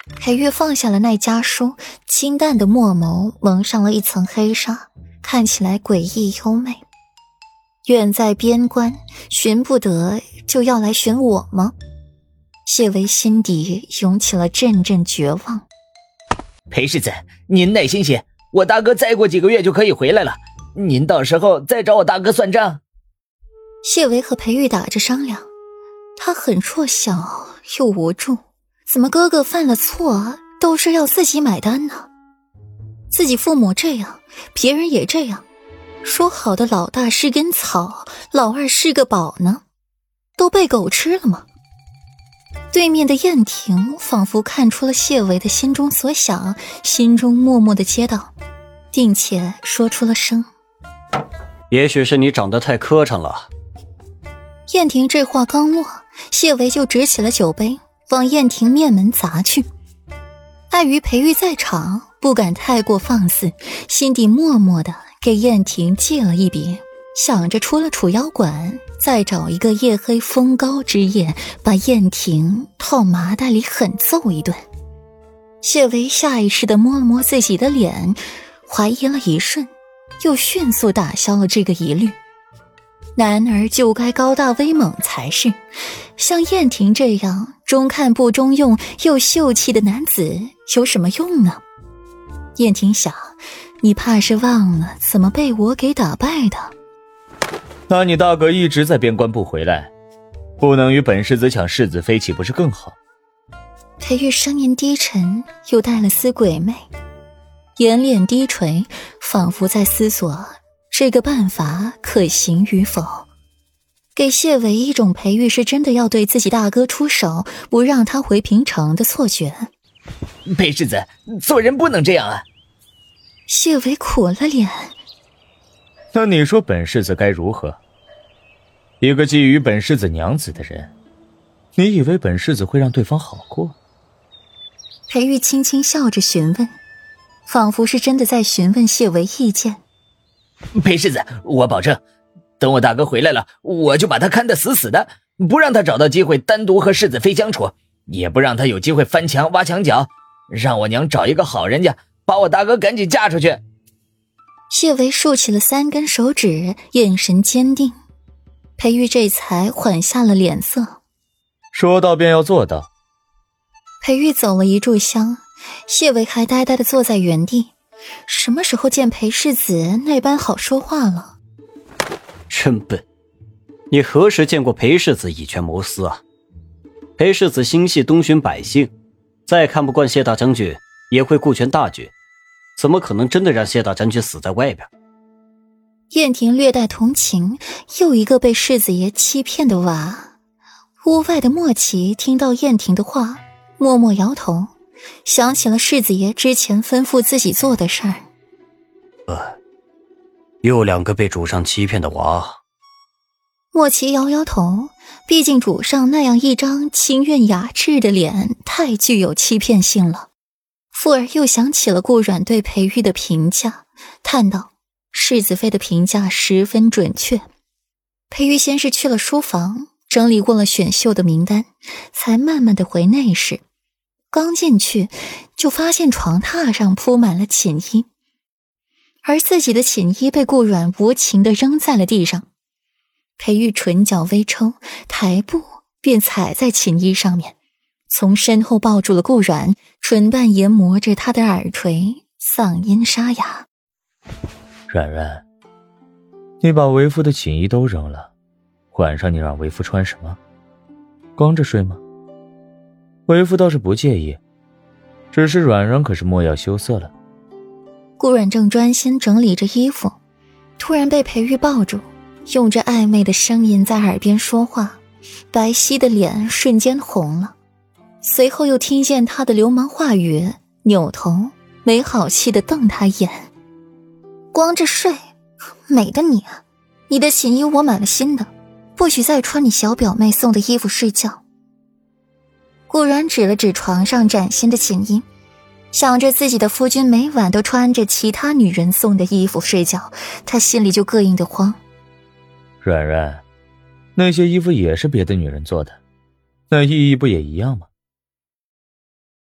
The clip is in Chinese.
裴玉放下了那家书，清淡的墨眸蒙上了一层黑纱，看起来诡异优美。远在边关，寻不得就要来寻我吗？谢维心底涌起了阵阵绝望。 裴世子，您耐心些，我大哥再过几个月就可以回来了，您到时候再找我大哥算账。 谢维和裴玉打着商量，他很弱小又无助，怎么哥哥犯了错都是要自己买单呢？自己父母这样，别人也这样，说好的老大是根草，老二是个宝呢，都被狗吃了吗？对面的燕婷仿佛看出了谢维的心中所想，心中默默地接道，并且说出了声： 也许是你长得太磕碜了。 燕婷这话刚落，谢维就执起了酒杯往燕婷面门砸去。碍于裴玉在场，不敢太过放肆，心底默默地给燕婷借了一笔，想着出了楚妖馆，再找一个夜黑风高之夜，把燕婷套麻袋里狠揍一顿。谢维下意识地摸了摸自己的脸，怀疑了一瞬，又迅速打消了这个疑虑。男儿就该高大威猛才是，像燕婷这样中看不中用又秀气的男子有什么用呢？燕婷想，你怕是忘了怎么被我给打败的。 那你大哥一直在边关不回来，不能与本世子抢世子妃，岂不是更好？ 裴玉声音低沉，又带了丝鬼魅，眼脸低垂，仿佛在思索这个办法可行与否，给谢维一种裴玉是真的要对自己大哥出手，不让他回平城的错觉。 裴世子，做人不能这样啊！ 谢维苦了脸。 那你说本世子该如何？一个觊觎本世子娘子的人，你以为本世子会让对方好过？ 裴玉轻轻笑着询问，仿佛是真的在询问谢维意见。 裴世子，我保证，等我大哥回来了，我就把他看得死死的，不让他找到机会单独和世子妃相处，也不让他有机会翻墙挖墙脚，让我娘找一个好人家，把我大哥赶紧嫁出去。 谢维竖起了3根手指，眼神坚定。裴玉这才缓下了脸色。 说到便要做到。 裴玉走了一炷香，谢维还呆呆地坐在原地。什么时候见裴世子那般好说话了？ 真笨，你何时见过裴世子以权谋私啊？裴世子心系东巡百姓，再看不惯谢大将军，也会顾全大局，怎么可能真的让谢大将军死在外边？ 燕婷略带同情，又一个被世子爷欺骗的娃。屋外的莫奇听到燕婷的话，默默摇头，想起了世子爷之前吩咐自己做的事儿。 又2个被主上欺骗的娃。 莫奇摇摇头，毕竟主上那样一张清韵雅致的脸太具有欺骗性了。富儿又想起了顾阮对裴玉的评价，叹道：世子妃的评价十分准确。裴玉先是去了书房，整理过了选秀的名单，才慢慢的回内室。刚进去，就发现床榻上铺满了寝衣，而自己的寝衣被顾阮无情地扔在了地上。裴玉唇角微抽，抬步便踩在寝衣上面，从身后抱住了顾阮，唇瓣研磨着他的耳垂，嗓音沙哑： 冉冉，你把为夫的寝衣都扔了，晚上你让为夫穿什么？光着睡吗？为夫倒是不介意，只是软软可是莫要羞涩了。 顾阮正专心整理着衣服，突然被裴玉抱住，用着暧昧的声音在耳边说话，白皙的脸瞬间红了。随后又听见他的流氓话语，扭头没好气地瞪他一眼：光着睡，美的你啊！你的寝衣我买了新的，不许再穿你小表妹送的衣服睡觉。顾然指了指床上崭新的寝衣，想着自己的夫君每晚都穿着其他女人送的衣服睡觉，他心里就膈应的慌。 冉冉，那些衣服也是别的女人做的，那意义不也一样吗？